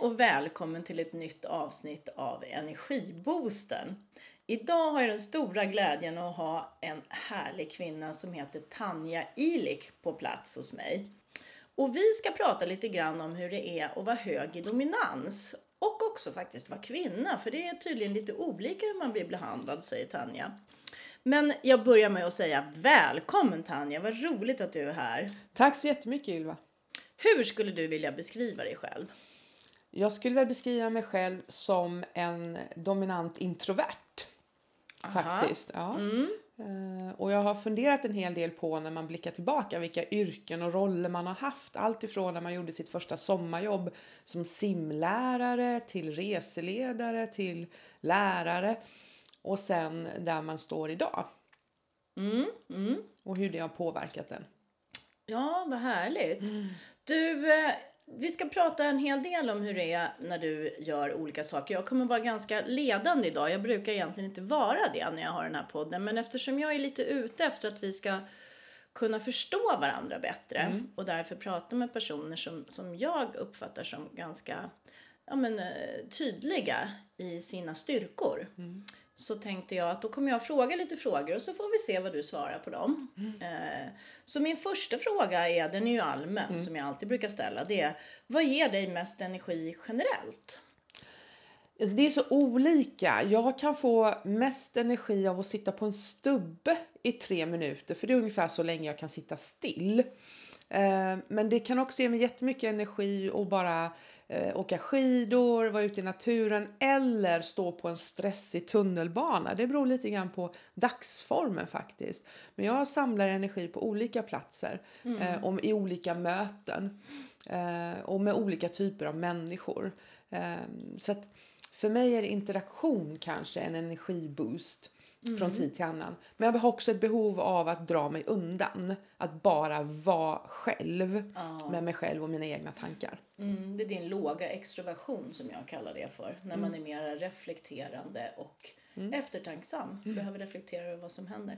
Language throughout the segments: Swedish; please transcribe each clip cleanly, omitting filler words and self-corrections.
och välkommen till ett nytt avsnitt av Energiboosten. Idag har jag den stora glädjen att ha en härlig kvinna som heter Tanja Ilik på plats hos mig. Och vi ska prata lite grann om hur det är att vara hög i dominans och också faktiskt vara kvinna, för det är tydligen lite olika hur man blir behandlad, säger Tanja. Men jag börjar med att säga välkommen Tanja, vad roligt att du är här. Tack så jättemycket Ylva. Hur skulle du vilja beskriva dig själv? Jag skulle vilja beskriva mig själv som en dominant introvert. Faktiskt. Ja. Och jag har funderat en hel del på när man blickar tillbaka vilka yrken och roller man har haft. Allt ifrån när man gjorde sitt första sommarjobb som simlärare till reseledare till lärare. Och sen där man står idag. Och hur det har påverkat den. Ja, vad härligt. Du, vi ska prata en hel del om hur det är när du gör olika saker. Jag kommer vara ganska ledande idag. Jag brukar egentligen inte vara det när jag har den här podden. Men eftersom jag är lite ute efter att vi ska kunna förstå varandra bättre. Och därför prata med personer som jag uppfattar som ganska tydliga i sina styrkor. Så tänkte jag att då kommer jag fråga lite frågor och så får vi se vad du svarar på dem. Så min första fråga den är ju allmän som jag alltid brukar ställa. Det är, vad ger dig mest energi generellt? Det är så olika. Jag kan få mest energi av att sitta på en stubbe i 3 minuter. För det är ungefär så länge jag kan sitta still. Men det kan också ge mig jättemycket energi att bara åka skidor, vara ute i naturen eller stå på en stressig tunnelbana. Det beror lite grann på dagsformen faktiskt. Men jag samlar energi på olika platser och i olika möten och med olika typer av människor. Så att för mig är det interaktion kanske en energiboost från tid till annan. Men jag har också ett behov av att dra mig undan. Att bara vara själv med mig själv och mina egna tankar. Det är din låga extroversion som jag kallar det för. När man är mer reflekterande och eftertanksam. Behöver reflektera över vad som händer.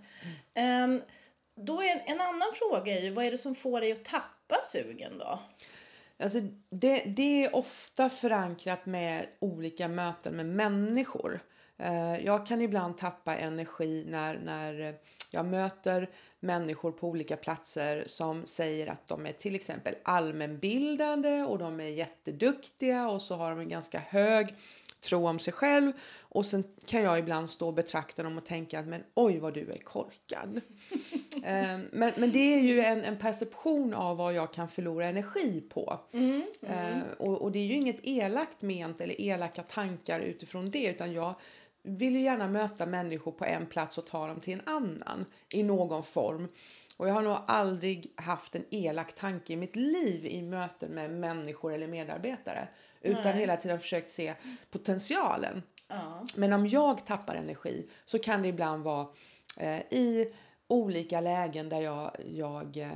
Då är en annan fråga vad är det som får dig att tappa sugen då? Alltså det är ofta förankrat med olika möten med människor. Jag kan ibland tappa energi när jag möter människor på olika platser som säger att de är till exempel allmänbildande och de är jätteduktiga och så har de en ganska hög tro om sig själv. Och sen kan jag ibland stå och betrakta dem och tänka att men oj vad du är korkad. Men det är ju en perception av vad jag kan förlora energi på. Och det är ju inget elakt ment eller elaka tankar utifrån det, utan jag vill ju gärna möta människor på en plats och ta dem till en annan i någon form. Och jag har nog aldrig haft en elak tanke i mitt liv i möten med människor eller medarbetare. Utan hela tiden försökt se potentialen. Men om jag tappar energi så kan det ibland vara i olika lägen där jag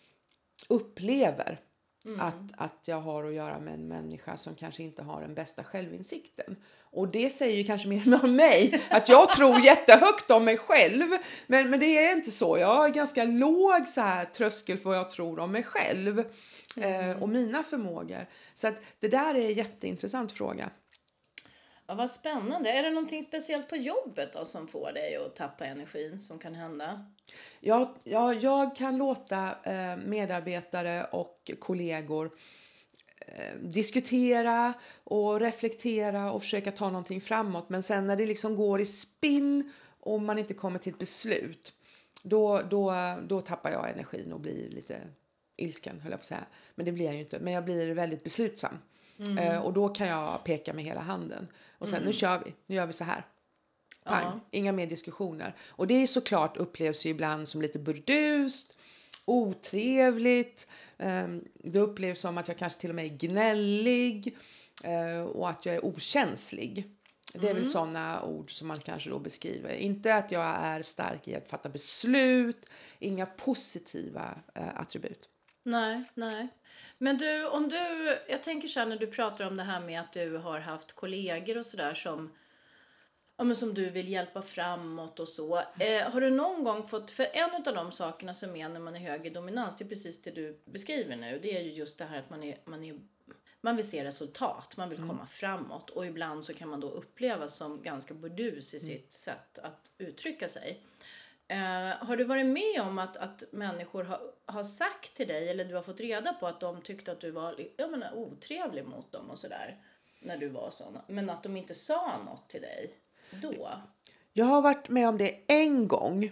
upplever att jag har att göra med en människa som kanske inte har den bästa självinsikten. Och det säger ju kanske mer om mig. Att jag tror jättehögt om mig själv. Men det är inte så. Jag har ganska låg så här tröskel för vad jag tror om mig själv. Och mina förmågor. Så att det där är en jätteintressant fråga. Ja, vad spännande. Är det någonting speciellt på jobbet då som får dig att tappa energin som kan hända? Jag kan låta medarbetare och kollegor diskutera och reflektera och försöka ta någonting framåt. Men sen när det liksom går i spinn och man inte kommer till ett beslut, då tappar jag energin och blir lite ilsken, höll jag på att säga. Men det blir jag ju inte. Men jag blir väldigt beslutsam. Och då kan jag peka med hela handen. Och sen, nu kör vi. Nu gör vi så här. Pang. Inga mer diskussioner. Och det är såklart upplevs ju ibland som lite burdust, otrevligt. Det upplevs som att jag kanske till och med är gnällig. Och att jag är okänslig. Det är väl sådana ord som man kanske då beskriver. Inte att jag är stark i att fatta beslut. Inga positiva attribut. Nej. Men jag tänker så här när du pratar om det här med att du har haft kollegor och sådär som du vill hjälpa framåt och så. Har du någon gång fått, för en av de sakerna som är när man är hög i dominans, det är precis det du beskriver nu. Det är ju just det här att man vill se resultat, man vill komma framåt. Och ibland så kan man då upplevas som ganska burdus i sitt sätt att uttrycka sig. Har du varit med om att människor har sagt till dig, eller du har fått reda på att de tyckte att du var otrevlig mot dem och sådär, när du var sån, men att de inte sa något till dig då? Jag har varit med om det en gång,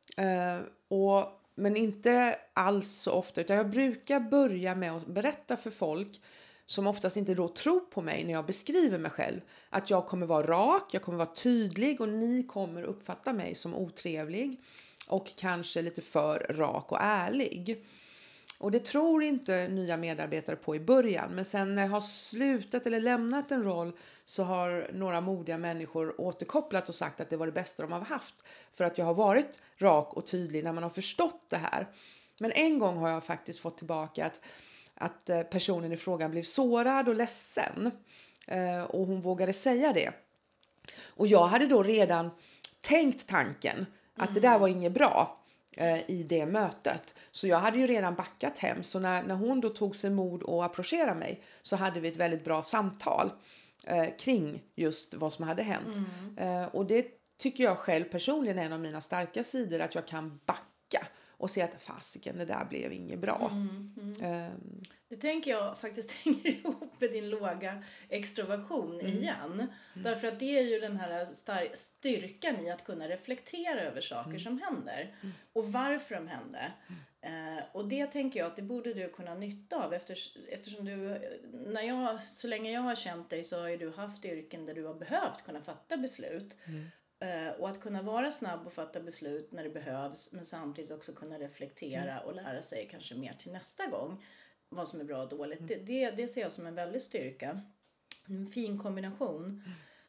men inte alls så ofta, utan jag brukar börja med att berätta för folk som oftast inte då tror på mig när jag beskriver mig själv, att jag kommer vara rak, jag kommer vara tydlig och ni kommer uppfatta mig som otrevlig och kanske lite för rak och ärlig. Och det tror inte nya medarbetare på i början, men sen när jag har slutat eller lämnat en roll så har några modiga människor återkopplat och sagt att det var det bästa de har haft, för att jag har varit rak och tydlig när man har förstått det här. Men en gång har jag faktiskt fått tillbaka att personen i frågan blev sårad och ledsen, och hon vågade säga det. Och jag hade då redan tänkt tanken att det där var inget bra i det mötet. Så jag hade ju redan backat hem. Så när hon då tog sig mod och approcherade mig, så hade vi ett väldigt bra samtal kring just vad som hade hänt. Och det tycker jag själv personligen är en av mina starka sidor, att jag kan backa och se att fasiken, det där blev inget bra. Det tänker jag faktiskt hänger ihop med din låga extroversion igen. Därför att det är ju den här styrkan i att kunna reflektera över saker som händer. Och varför de hände. Och det tänker jag att det borde du kunna nytta av. Eftersom du, så länge jag har känt dig, så har ju du haft yrken där du har behövt kunna fatta beslut. Och att kunna vara snabb och fatta beslut när det behövs, men samtidigt också kunna reflektera och lära sig kanske mer till nästa gång vad som är bra och dåligt. Det ser jag som en väldig styrka. En fin kombination.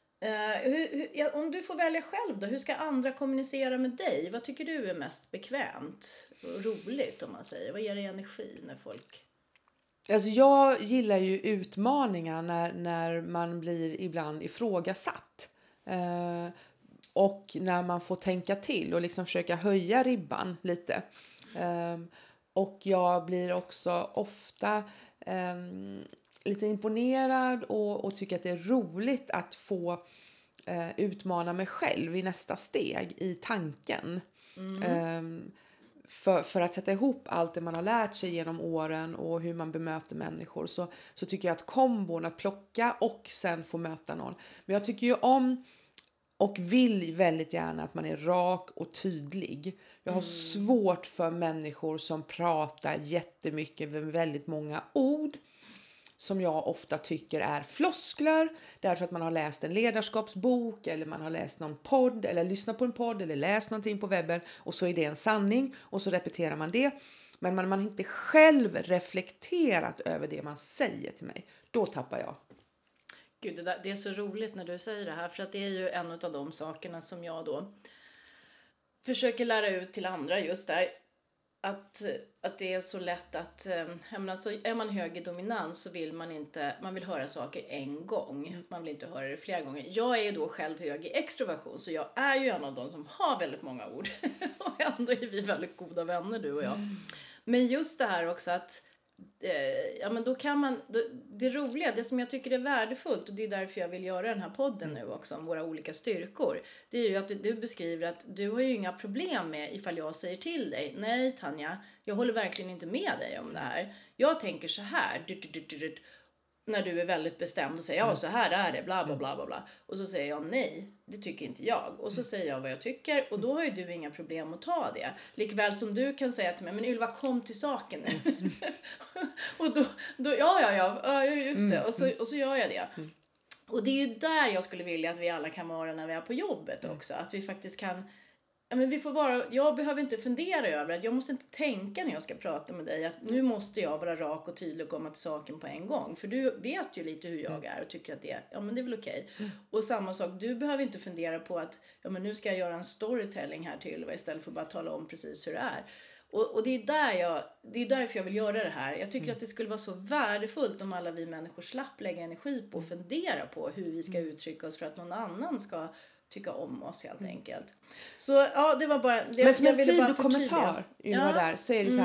Om du får välja själv då, hur ska andra kommunicera med dig? Vad tycker du är mest bekvämt och roligt, om man säger? Vad ger dig energi när folk... Alltså jag gillar ju utmaningar när man blir ibland ifrågasatt. Och när man får tänka till och liksom försöka höja ribban lite. Och jag blir också ofta lite imponerad och tycker att det är roligt att få utmana mig själv i nästa steg i tanken. För att sätta ihop allt det man har lärt sig genom åren och hur man bemöter människor, så tycker jag att kombon att plocka och sen få möta någon. Men jag tycker ju om och vill väldigt gärna att man är rak och tydlig. Jag har svårt för människor som pratar jättemycket med väldigt många ord, som jag ofta tycker är floskler, därför att man har läst en ledarskapsbok eller man har läst någon podd eller lyssnat på en podd eller läst någonting på webben, och så är det en sanning och så repeterar man det. Men man har inte själv reflekterat över det man säger till mig. Då tappar jag. Gud, det är så roligt när du säger det här, för att det är ju en av de sakerna som jag då försöker lära ut till andra, just där. Att det är så lätt att, så är man hög i dominans så vill man vill höra saker en gång. Man vill inte höra det flera gånger. Jag är ju då själv hög i extroversion, så jag är ju en av de som har väldigt många ord. Och ändå är vi väldigt goda vänner, du och jag. Men just det här också att men då kan man, det roliga, det som jag tycker är värdefullt, och det är därför jag vill göra den här podden nu också om våra olika styrkor, det är ju att du beskriver att du har ju inga problem med ifall jag säger till dig: nej Tanja, jag håller verkligen inte med dig om det här, jag tänker så här, när du är väldigt bestämd och säger ja, så här är det, bla bla bla bla bla. Och så säger jag nej, det tycker inte jag. Och så säger jag vad jag tycker, och då har ju du inga problem att ta det. Likväl som du kan säga till mig: men Ylva, kom till saken nu. Och då ja, just det. Och så gör jag det. Och det är ju där jag skulle vilja att vi alla kan vara när vi är på jobbet också. Att vi faktiskt kan... men vi får jag behöver inte fundera över att jag måste inte tänka när jag ska prata med dig att nu måste jag vara rak och tydlig och komma till saken på en gång. För du vet ju lite hur jag är och tycker att det är väl okej. Och samma sak, du behöver inte fundera på att men nu ska jag göra en storytelling här till Ylva istället för att bara tala om precis hur det är. Och det är därför jag vill göra det här. Jag tycker att det skulle vara så värdefullt om alla vi människor slapp lägga energi på att fundera på hur vi ska uttrycka oss för att någon annan ska tycka om oss helt enkelt. Så ja, det var bara det. Men som en sidokommentar där, så är det så här,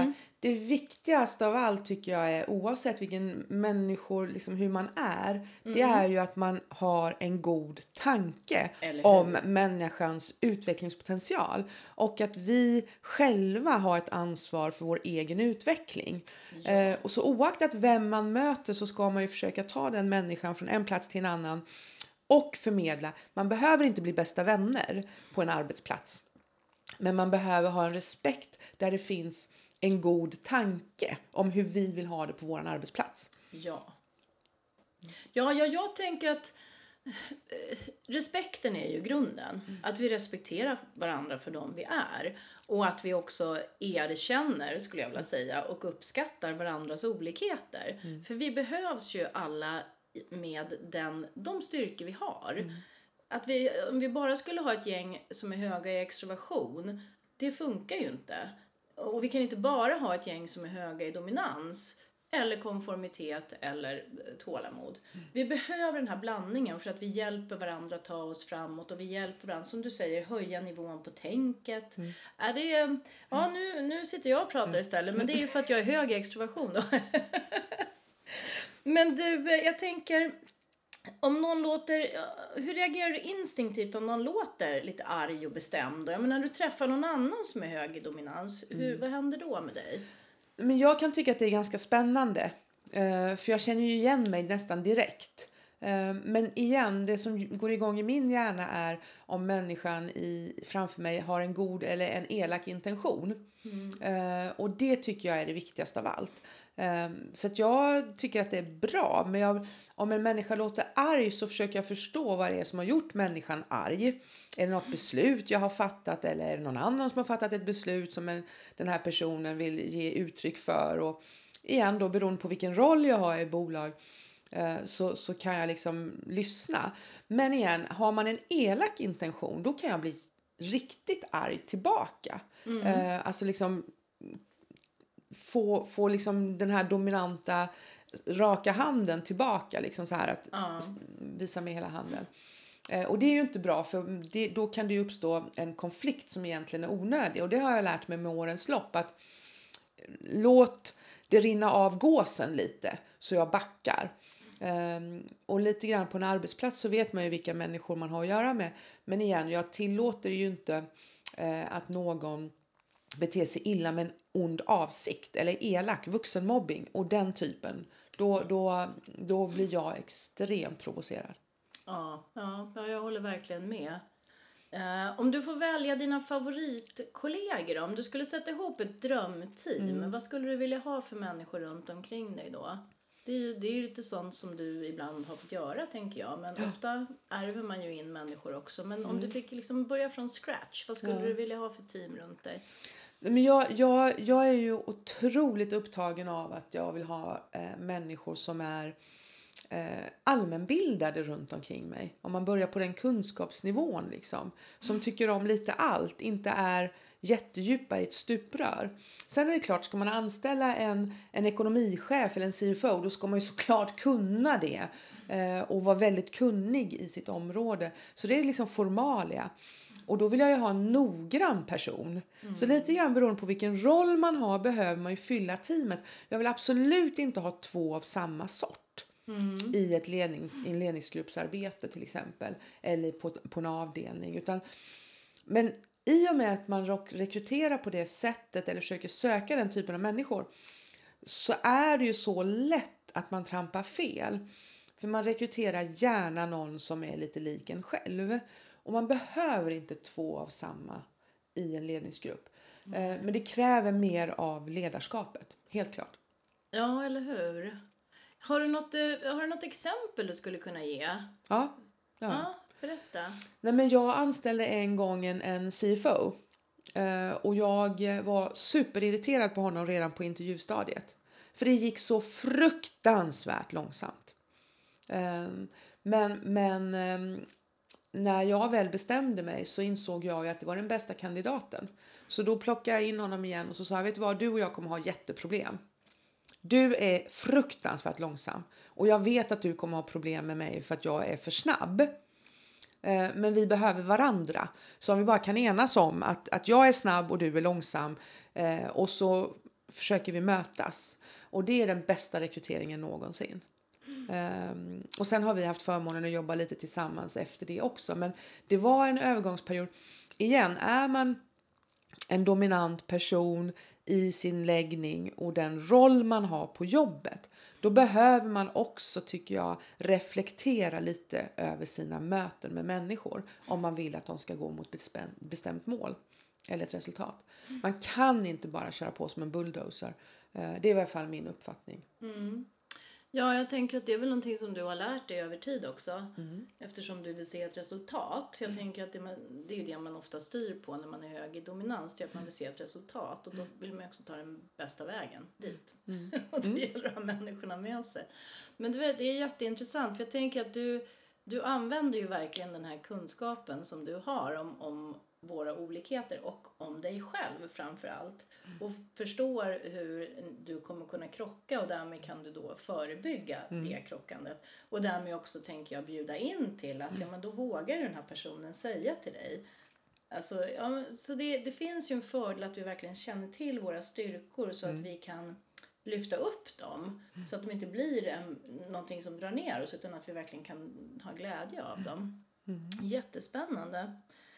det viktigaste av allt tycker jag är, oavsett vilken människor, liksom hur man är, det är ju att man har en god tanke om människans utvecklingspotential. Och att vi själva har ett ansvar för vår egen utveckling. Och så oaktat vem man möter så ska man ju försöka ta den människan från en plats till en annan och förmedla. Man behöver inte bli bästa vänner på en arbetsplats. Men man behöver ha en respekt där det finns en god tanke om hur vi vill ha det på vår arbetsplats. Ja, jag tänker att respekten är ju grunden. Att vi respekterar varandra för dem vi är. Och att vi också erkänner, skulle jag vilja säga, och uppskattar varandras olikheter. För vi behövs ju alla med de styrkor vi har. Att om vi bara skulle ha ett gäng som är höga i extroversion, det funkar ju inte. Och vi kan inte bara ha ett gäng som är höga i dominans eller konformitet eller tålamod. Vi behöver den här blandningen för att vi hjälper varandra att ta oss framåt och vi hjälper varandra, som du säger, höja nivån på tänket. Är det, ja, nu sitter jag och pratar istället, men det är ju för att jag är hög i extroversion då. Men du, jag tänker, om någon hur reagerar du instinktivt om någon låter lite arg och bestämd? Jag menar, när du träffar någon annan som är hög i dominans, vad händer då med dig? Men jag kan tycka att det är ganska spännande. För jag känner ju igen mig nästan direkt. Men igen, det som går igång i min hjärna är om människan framför mig har en god eller en elak intention. Och det tycker jag är det viktigaste av allt. Så att jag tycker att det är bra. Men om en människa låter arg så försöker jag förstå vad det är som har gjort människan arg. Är det något beslut jag har fattat, eller är det någon annan som har fattat ett beslut som den här personen vill ge uttryck för? Och igen då, beroende på vilken roll jag har i bolag, så kan jag liksom lyssna. Men igen, har man en elak intention, då kan jag bli riktigt arg tillbaka. Alltså liksom få liksom den här dominanta raka handen tillbaka, liksom så här att visa med hela handen. Och det är ju inte bra, för då kan det ju uppstå en konflikt som egentligen är onödig. Och det har jag lärt mig med årens lopp, att låt det rinna av gåsen lite så jag backar. Och lite grann på en arbetsplats så vet man ju vilka människor man har att göra med. Men igen, jag tillåter ju inte att någon beter sig illa med en ond avsikt eller elak vuxenmobbing och den typen. Då blir jag extremt provocerad. Ja, jag håller verkligen med. Om du får välja dina favoritkollegor, om du skulle sätta ihop ett drömteam, vad skulle du vilja ha för människor runt omkring dig då? Det är ju lite sånt som du ibland har fått göra, tänker jag. Men ofta ärver man ju in människor också. Men om du fick liksom börja från scratch, vad skulle du vilja ha för team runt dig? Men jag är ju otroligt upptagen av att jag vill ha människor som är allmänbildade runt omkring mig. Om man börjar på den kunskapsnivån liksom. Som tycker om lite allt. Inte är jättedjupa i ett stuprör. Sen är det klart, ska man anställa en ekonomichef eller en CFO, då ska man ju såklart kunna det. Och vara väldigt kunnig i sitt område. Så det är liksom formalia. Och då vill jag ju ha en noggrann person. Så lite grann beroende på vilken roll man har behöver man ju fylla teamet. Jag vill absolut inte ha 2 av samma sort. I ett ledningsgruppsarbete till exempel. Eller på en avdelning. Men i och med att man rekryterar på det sättet eller försöker söka den typen av människor, så är det ju så lätt att man trampar fel. För man rekryterar gärna någon som är lite lik en själv. Och man behöver inte 2 av samma i en ledningsgrupp. Men det kräver mer av ledarskapet, helt klart. Ja, eller hur? Har du något exempel du skulle kunna ge? Ja. Berätta. Nej, men jag anställde en gång en CFO. Och jag var superirriterad på honom redan på intervjustadiet. För det gick så fruktansvärt långsamt. Men när jag väl bestämde mig så insåg jag att det var den bästa kandidaten. Så då plockade jag in honom igen och så sa jag, vet du vad, du och jag kommer ha jätteproblem. Du är fruktansvärt långsam. Och jag vet att du kommer ha problem med mig för att jag är för snabb. Men vi behöver varandra. Så om vi bara kan enas om att jag är snabb och du är långsam. Och så försöker vi mötas. Och det är den bästa rekryteringen någonsin. Och sen har vi haft förmånen att jobba lite tillsammans efter det också. Men det var en övergångsperiod. Igen, är man en dominant person i sin läggning och den roll man har på jobbet, då behöver man också, tycker jag, reflektera lite över sina möten med människor om man vill att de ska gå mot ett bestämt mål eller ett resultat. Man kan inte bara köra på som en bulldozer. Det är i alla fall min uppfattning. Ja, jag tänker att det är väl någonting som du har lärt dig över tid också. Eftersom du vill se ett resultat. Jag tänker att det är ju det man ofta styr på när man är hög i dominans. Det är att man vill se ett resultat. Och då vill man också ta den bästa vägen dit. Och det gäller att ha människorna med sig. Men det är jätteintressant. För jag tänker att du använder ju verkligen den här kunskapen som du har om våra olikheter och om dig själv framför allt. Och förstår hur du kommer kunna krocka och därmed kan du då förebygga det krockandet. Och därmed också tänker jag bjuda in till att men då vågar ju den här personen säga till dig. Alltså, så det finns ju en fördel att vi verkligen känner till våra styrkor så att vi kan lyfta upp dem. Så att de inte blir någonting som drar ner oss utan att vi verkligen kan ha glädje av dem. Jättespännande.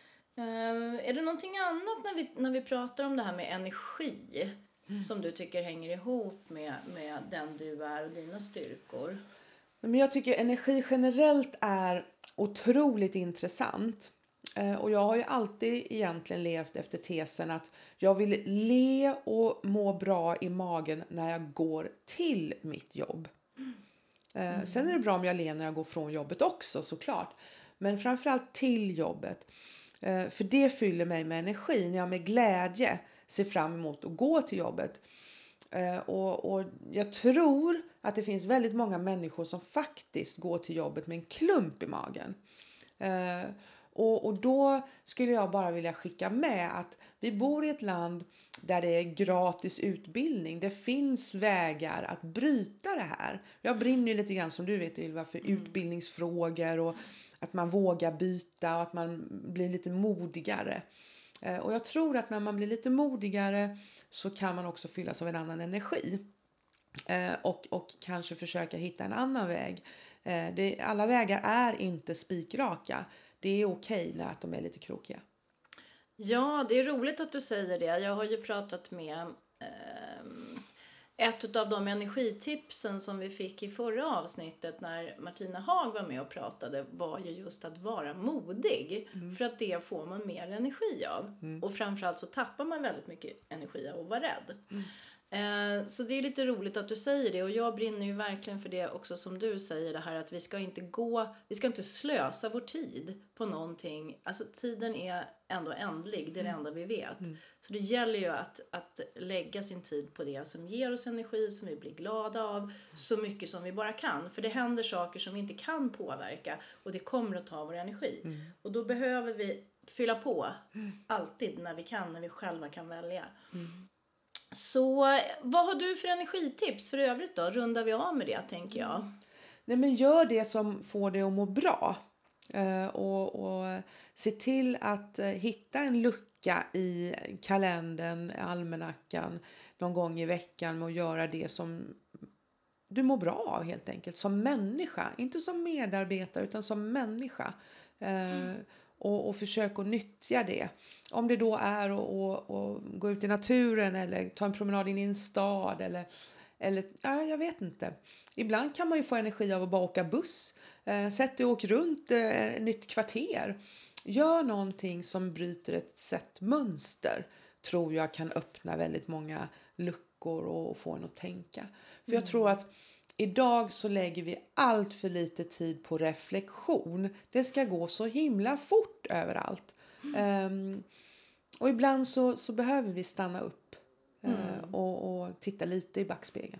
Är det någonting annat när vi pratar om det här med energi som du tycker hänger ihop med den du är och dina styrkor? Men jag tycker energi generellt är otroligt intressant. Och jag har ju alltid egentligen levt efter tesen att jag vill le och må bra i magen när jag går till mitt jobb. Sen är det bra om jag ler när jag går från jobbet också, såklart. Men framförallt till jobbet. För det fyller mig med energi när jag med glädje ser fram emot att gå till jobbet. Och jag tror att det finns väldigt många människor som faktiskt går till jobbet med en klump i magen. Och då skulle jag bara vilja skicka med att vi bor i ett land där det är gratis utbildning. Det finns vägar att bryta det här. Jag brinner ju lite grann som du vet Ylva för utbildningsfrågor och att man vågar byta och att man blir lite modigare. Och jag tror att när man blir lite modigare så kan man också fyllas av en annan energi. Och kanske försöka hitta en annan väg. Alla vägar är inte spikraka. Det är okej när att de är lite krokiga. Ja, det är roligt att du säger det. Jag har ju pratat med ett av de energitipsen som vi fick i förra avsnittet när Martina Haag var med och pratade var ju just att vara modig. För att det får man mer energi av. Och framförallt så tappar man väldigt mycket energi av att vara rädd. Så det är lite roligt att du säger det och jag brinner ju verkligen för det också som du säger det här att vi ska inte slösa vår tid på någonting. Alltså tiden är ändå ändlig, det är det enda vi vet. Så det gäller ju att lägga sin tid på det som ger oss energi, som vi blir glada av, så mycket som vi bara kan. För det händer saker som vi inte kan påverka och det kommer att ta vår energi. Och då behöver vi fylla på alltid när vi själva kan välja. Så vad har du för energitips för övrigt då? Rundar vi av med det tänker jag. Nej men gör det som får dig att må bra. Och se till att hitta en lucka i kalendern, almanackan någon gång i veckan med att göra det som du mår bra av helt enkelt. Som människa, inte som medarbetare utan som människa. Och försök att nyttja det. Om det då är att gå ut i naturen eller ta en promenad in i en stad eller jag vet inte. Ibland kan man ju få energi av att bara åka buss. Sätt dig och åk runt ett nytt kvarter. Gör någonting som bryter ett mönster. Tror jag kan öppna väldigt många luckor och få en att tänka. För jag tror att idag så lägger vi allt för lite tid på reflektion. Det ska gå så himla fort överallt. Och ibland så behöver vi stanna upp och titta lite i backspegeln.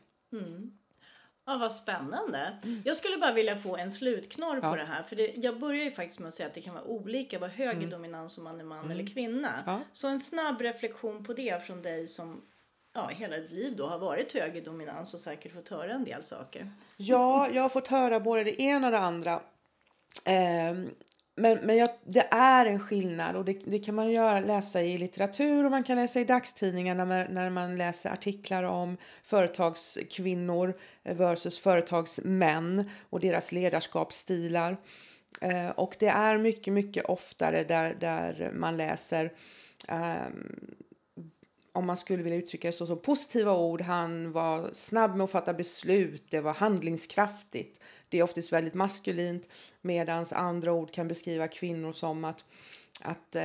Ja, vad spännande. Jag skulle bara vilja få en slutknorr på det här. För jag börjar ju faktiskt med att säga att det kan vara olika vad hög dominans om man är man eller kvinna. Ja. Så en snabb reflektion på det från dig som hela ditt liv då har varit hög i dominans och säkert fått höra en del saker. Ja, jag har fått höra både det ena och det andra. det är en skillnad, och det kan man läsa i litteratur, och man kan läsa i dagstidningar när man läser artiklar om företagskvinnor versus företagsmän och deras ledarskapsstilar. Och det är mycket, mycket oftare där man läser, om man skulle vilja uttrycka det så, som positiva ord. Han var snabb med att fatta beslut, det var handlingskraftigt. Det är oftast väldigt maskulint, medan andra ord kan beskriva kvinnor som att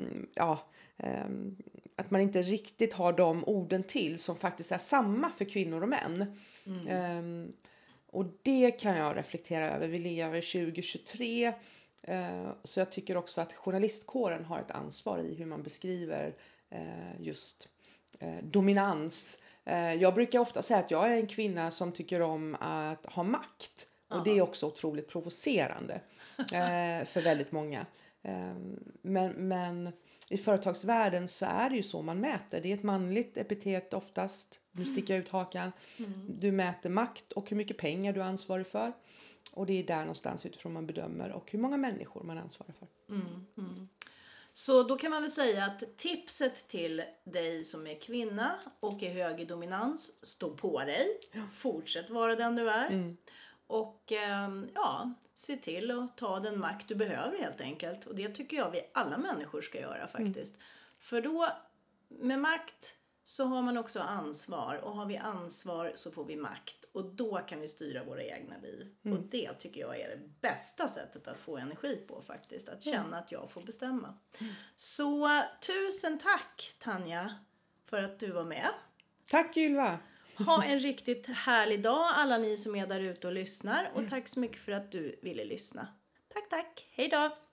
man inte riktigt har de orden till som faktiskt är samma för kvinnor och män. Och det kan jag reflektera över. Vi lever 2023, så jag tycker också att journalistkåren har ett ansvar i hur man beskriver just dominans. Jag brukar ofta säga att jag är en kvinna som tycker om att ha makt. Och det är också otroligt provocerande för väldigt många. Men i företagsvärlden så är det ju så man mäter. Det är ett manligt epitet oftast. Nu sticker jag ut hakan. Du mäter makt och hur mycket pengar du är ansvarig för. Och det är där någonstans utifrån man bedömer, och hur många människor man är ansvarig för. Så då kan man väl säga att tipset till dig som är kvinna och är hög i dominans: stå på dig. Fortsätt vara den du är. Och se till att ta den makt du behöver helt enkelt. Och det tycker jag vi alla människor ska göra faktiskt. För då, med makt så har man också ansvar. Och har vi ansvar så får vi makt. Och då kan vi styra våra egna liv. Och det tycker jag är det bästa sättet att få energi på faktiskt. Att känna att jag får bestämma. Så tusen tack Tanja för att du var med. Tack Ylva! Ha en riktigt härlig dag alla ni som är där ute och lyssnar. Och tack så mycket för att du ville lyssna. Tack. Hej då!